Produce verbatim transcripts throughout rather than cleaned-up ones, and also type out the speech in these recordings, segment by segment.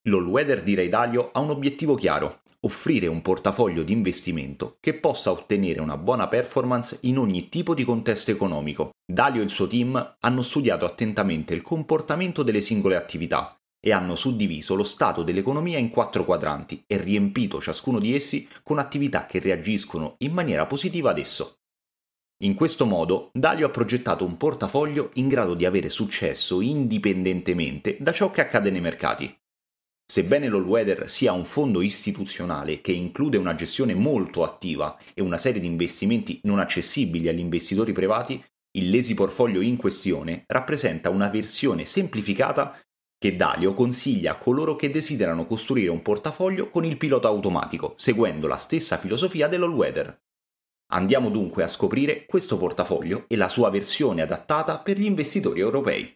L'Allweather di Ray Dalio ha un obiettivo chiaro: offrire un portafoglio di investimento che possa ottenere una buona performance in ogni tipo di contesto economico. Dalio e il suo team hanno studiato attentamente il comportamento delle singole attività e hanno suddiviso lo stato dell'economia in quattro quadranti e riempito ciascuno di essi con attività che reagiscono in maniera positiva ad esso. In questo modo, Dalio ha progettato un portafoglio in grado di avere successo indipendentemente da ciò che accade nei mercati. Sebbene l'Allweather sia un fondo istituzionale che include una gestione molto attiva e una serie di investimenti non accessibili agli investitori privati, il Lazy Portfolio in questione rappresenta una versione semplificata che Dalio consiglia a coloro che desiderano costruire un portafoglio con il pilota automatico, seguendo la stessa filosofia dell'Allweather. Andiamo dunque a scoprire questo portafoglio e la sua versione adattata per gli investitori europei.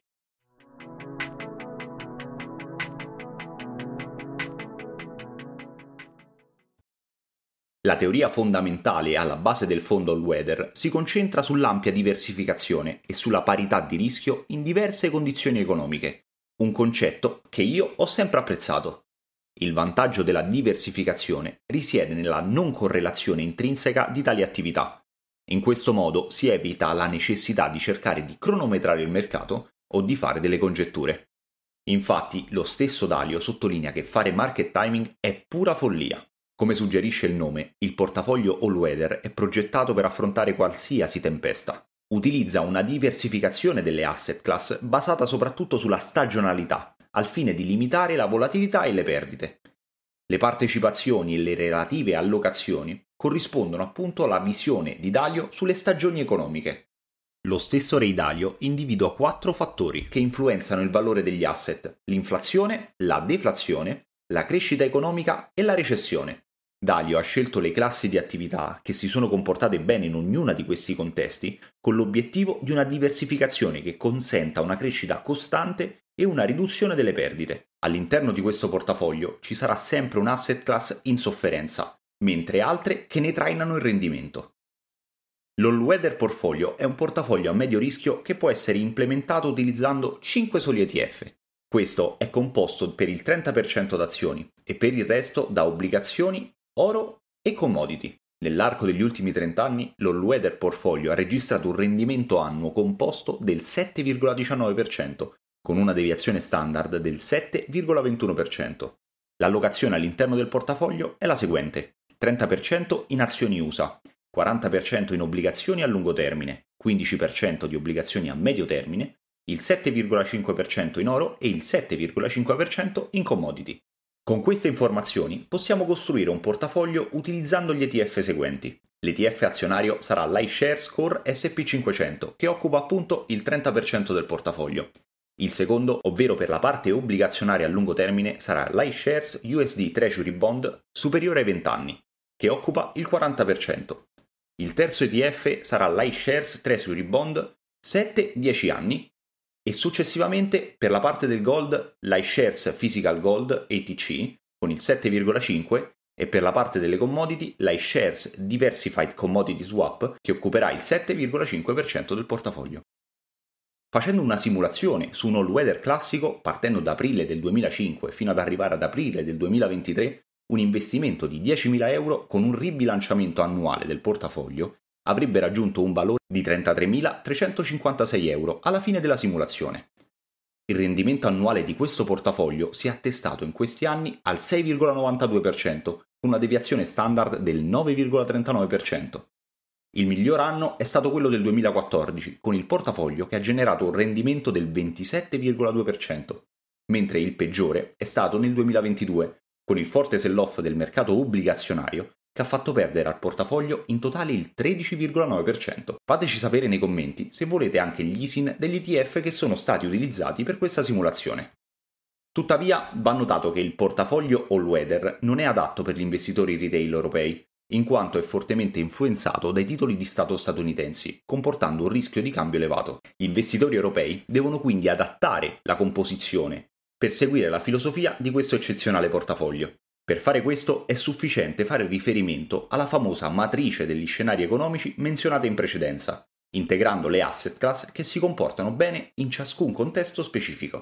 La teoria fondamentale alla base del fondo Allweather si concentra sull'ampia diversificazione e sulla parità di rischio in diverse condizioni economiche, un concetto che io ho sempre apprezzato. Il vantaggio della diversificazione risiede nella non correlazione intrinseca di tali attività. In questo modo si evita la necessità di cercare di cronometrare il mercato o di fare delle congetture. Infatti, lo stesso Dalio sottolinea che fare market timing è pura follia. Come suggerisce il nome, il portafoglio Allweather è progettato per affrontare qualsiasi tempesta. Utilizza una diversificazione delle asset class basata soprattutto sulla stagionalità, al fine di limitare la volatilità e le perdite. Le partecipazioni e le relative allocazioni corrispondono appunto alla visione di Dalio sulle stagioni economiche. Lo stesso Ray Dalio individua quattro fattori che influenzano il valore degli asset: l'inflazione, la deflazione, la crescita economica e la recessione. Dalio ha scelto le classi di attività che si sono comportate bene in ognuna di questi contesti con l'obiettivo di una diversificazione che consenta una crescita costante e una riduzione delle perdite. All'interno di questo portafoglio ci sarà sempre un asset class in sofferenza, mentre altre che ne trainano il rendimento. L'Allweather Portfolio è un portafoglio a medio rischio che può essere implementato utilizzando cinque soli E T F. Questo è composto per il trenta per cento da azioni e per il resto da obbligazioni, oro e commodity. Nell'arco degli ultimi trenta anni, l'Allweather Portfolio ha registrato un rendimento annuo composto del sette virgola diciannove per cento, con una deviazione standard del sette virgola ventuno per cento. L'allocazione all'interno del portafoglio è la seguente: trenta per cento in azioni U S A, quaranta per cento in obbligazioni a lungo termine, quindici per cento di obbligazioni a medio termine, il sette virgola cinque per cento in oro e il sette virgola cinque per cento in commodity. Con queste informazioni possiamo costruire un portafoglio utilizzando gli E T F seguenti. L'E T F azionario sarà l'iShares Core S and P cinquecento, che occupa appunto il trenta per cento del portafoglio. Il secondo, ovvero per la parte obbligazionaria a lungo termine, sarà l'iShares U S D Treasury Bond superiore ai venti anni, che occupa il quaranta per cento. Il terzo E T F sarà l'iShares Treasury Bond sette dieci anni e successivamente per la parte del gold l'iShares Physical Gold A T C con il sette virgola cinque e per la parte delle commodity l'iShares Diversified Commodity Swap che occuperà il sette virgola cinque per cento del portafoglio. Facendo una simulazione su un Allweather classico partendo da aprile del duemilacinque fino ad arrivare ad aprile del duemilaventitré, un investimento di diecimila euro con un ribilanciamento annuale del portafoglio avrebbe raggiunto un valore di trentatremilatrecentocinquantasei euro alla fine della simulazione. Il rendimento annuale di questo portafoglio si è attestato in questi anni al sei virgola novantadue per cento, con una deviazione standard del nove virgola trentanove per cento. Il miglior anno è stato quello del duemilaquattordici, con il portafoglio che ha generato un rendimento del ventisette virgola due per cento, mentre il peggiore è stato nel duemilaventidue, con il forte sell-off del mercato obbligazionario che ha fatto perdere al portafoglio in totale il tredici virgola nove per cento. Fateci sapere nei commenti se volete anche gli I S I N degli E T F che sono stati utilizzati per questa simulazione. Tuttavia va notato che il portafoglio Allweather non è adatto per gli investitori retail europei, in quanto è fortemente influenzato dai titoli di Stato statunitensi, comportando un rischio di cambio elevato. Gli investitori europei devono quindi adattare la composizione per seguire la filosofia di questo eccezionale portafoglio. Per fare questo è sufficiente fare riferimento alla famosa matrice degli scenari economici menzionata in precedenza, integrando le asset class che si comportano bene in ciascun contesto specifico.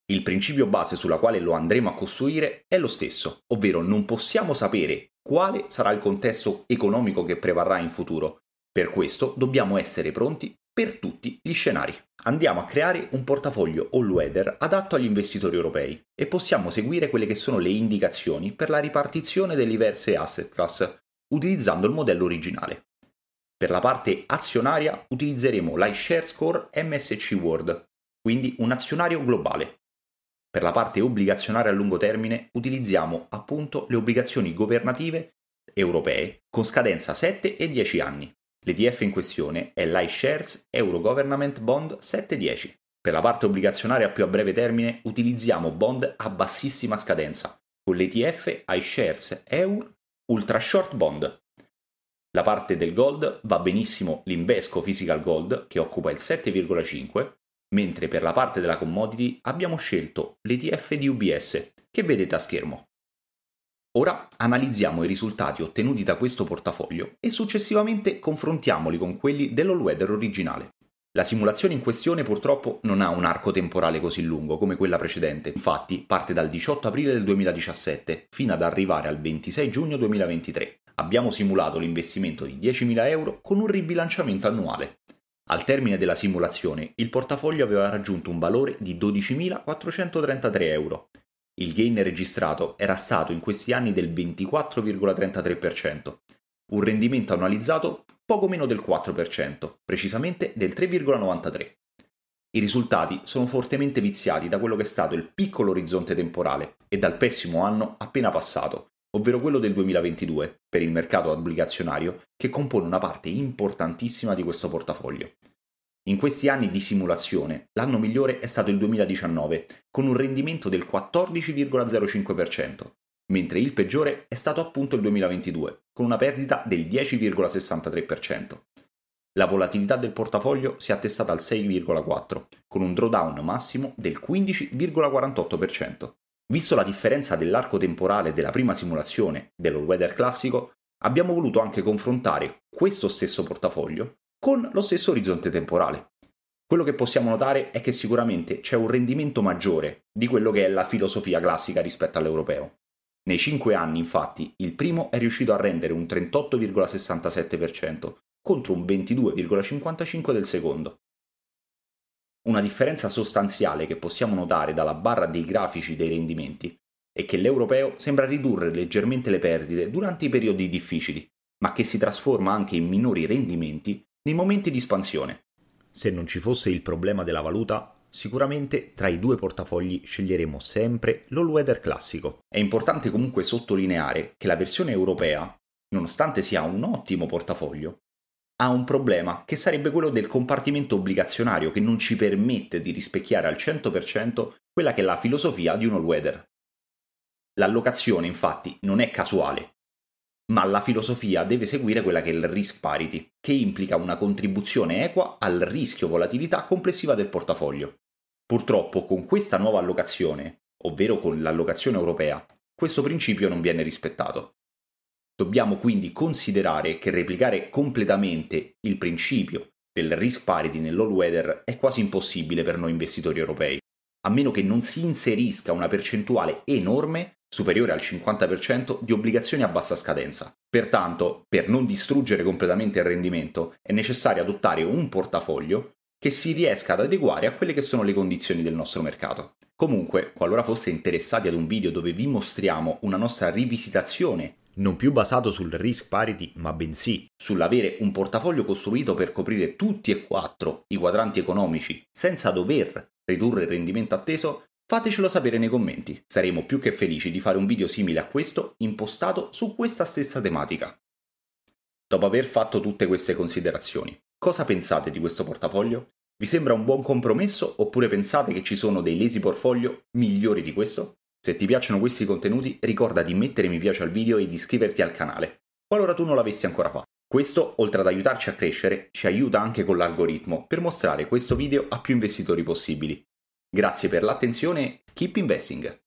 Il principio base sulla quale lo andremo a costruire è lo stesso, ovvero non possiamo sapere quale sarà il contesto economico che prevarrà in futuro. Per questo dobbiamo essere pronti per tutti gli scenari. Andiamo a creare un portafoglio all-weather adatto agli investitori europei e possiamo seguire quelle che sono le indicazioni per la ripartizione delle diverse asset class utilizzando il modello originale. Per la parte azionaria utilizzeremo l'iShares Core M S C World, quindi un azionario globale. Per la parte obbligazionaria a lungo termine utilizziamo appunto le obbligazioni governative europee con scadenza sette e dieci anni. L'E T F in questione è l'iShares Euro Government Bond sette dieci. Per la parte obbligazionaria a più a breve termine utilizziamo bond a bassissima scadenza con l'E T F iShares Eur Ultra Short Bond. La parte del gold va benissimo l'Invesco Physical Gold che occupa il sette virgola cinque, mentre per la parte della commodity abbiamo scelto l'E T F di U B S che vedete a schermo. Ora analizziamo i risultati ottenuti da questo portafoglio e successivamente confrontiamoli con quelli dell'all-weather originale. La simulazione in questione purtroppo non ha un arco temporale così lungo come quella precedente, infatti parte dal diciotto aprile del duemiladiciassette fino ad arrivare al ventisei giugno duemilaventitré. Abbiamo simulato l'investimento di diecimila euro con un ribilanciamento annuale. Al termine della simulazione il portafoglio aveva raggiunto un valore di dodicimilaquattrocentotrentatré euro. Il gain registrato era stato in questi anni del ventiquattro virgola trentatré per cento, un rendimento annualizzato poco meno del quattro per cento, precisamente del tre virgola novantatré. I risultati sono fortemente viziati da quello che è stato il piccolo orizzonte temporale e dal pessimo anno appena passato, ovvero quello del duemilaventidue, per il mercato obbligazionario che compone una parte importantissima di questo portafoglio. In questi anni di simulazione, l'anno migliore è stato il duemiladiciannove, con un rendimento del quattordici virgola zero cinque per cento, mentre il peggiore è stato appunto il duemilaventidue, con una perdita del dieci virgola sessantatré per cento. La volatilità del portafoglio si è attestata al sei virgola quattro per cento, con un drawdown massimo del quindici virgola quarantotto per cento. Visto la differenza dell'arco temporale della prima simulazione dell'all-weather classico, abbiamo voluto anche confrontare questo stesso portafoglio con lo stesso orizzonte temporale. Quello che possiamo notare è che sicuramente c'è un rendimento maggiore di quello che è la filosofia classica rispetto all'europeo. Nei cinque anni, infatti, il primo è riuscito a rendere un trentotto virgola sessantasette per cento contro un ventidue virgola cinquantacinque per cento del secondo. Una differenza sostanziale che possiamo notare dalla barra dei grafici dei rendimenti è che l'europeo sembra ridurre leggermente le perdite durante i periodi difficili, ma che si trasforma anche in minori rendimenti nei momenti di espansione. Se non ci fosse il problema della valuta, sicuramente tra i due portafogli sceglieremo sempre l'all-weather classico. È importante comunque sottolineare che la versione europea, nonostante sia un ottimo portafoglio, ha un problema che sarebbe quello del compartimento obbligazionario che non ci permette di rispecchiare al cento per cento quella che è la filosofia di un all-weather. L'allocazione infatti non è casuale, ma la filosofia deve seguire quella che è il risk parity, che implica una contribuzione equa al rischio volatilità complessiva del portafoglio. Purtroppo con questa nuova allocazione, ovvero con l'allocazione europea, questo principio non viene rispettato. Dobbiamo quindi considerare che replicare completamente il principio del risk parity nell'all-weather è quasi impossibile per noi investitori europei, a meno che non si inserisca una percentuale enorme superiore al cinquanta per cento di obbligazioni a bassa scadenza. Pertanto, per non distruggere completamente il rendimento, è necessario adottare un portafoglio che si riesca ad adeguare a quelle che sono le condizioni del nostro mercato. Comunque, qualora foste interessati ad un video dove vi mostriamo una nostra rivisitazione, non più basato sul risk parity, ma bensì sull'avere un portafoglio costruito per coprire tutti e quattro i quadranti economici senza dover ridurre il rendimento atteso, fatecelo sapere nei commenti. Saremo più che felici di fare un video simile a questo impostato su questa stessa tematica. Dopo aver fatto tutte queste considerazioni, cosa pensate di questo portafoglio? Vi sembra un buon compromesso oppure pensate che ci sono dei lazy portfolio migliori di questo? Se ti piacciono questi contenuti ricorda di mettere mi piace al video e di iscriverti al canale, qualora tu non l'avessi ancora fatto. Questo, oltre ad aiutarci a crescere, ci aiuta anche con l'algoritmo per mostrare questo video a più investitori possibili. Grazie per l'attenzione, keep investing!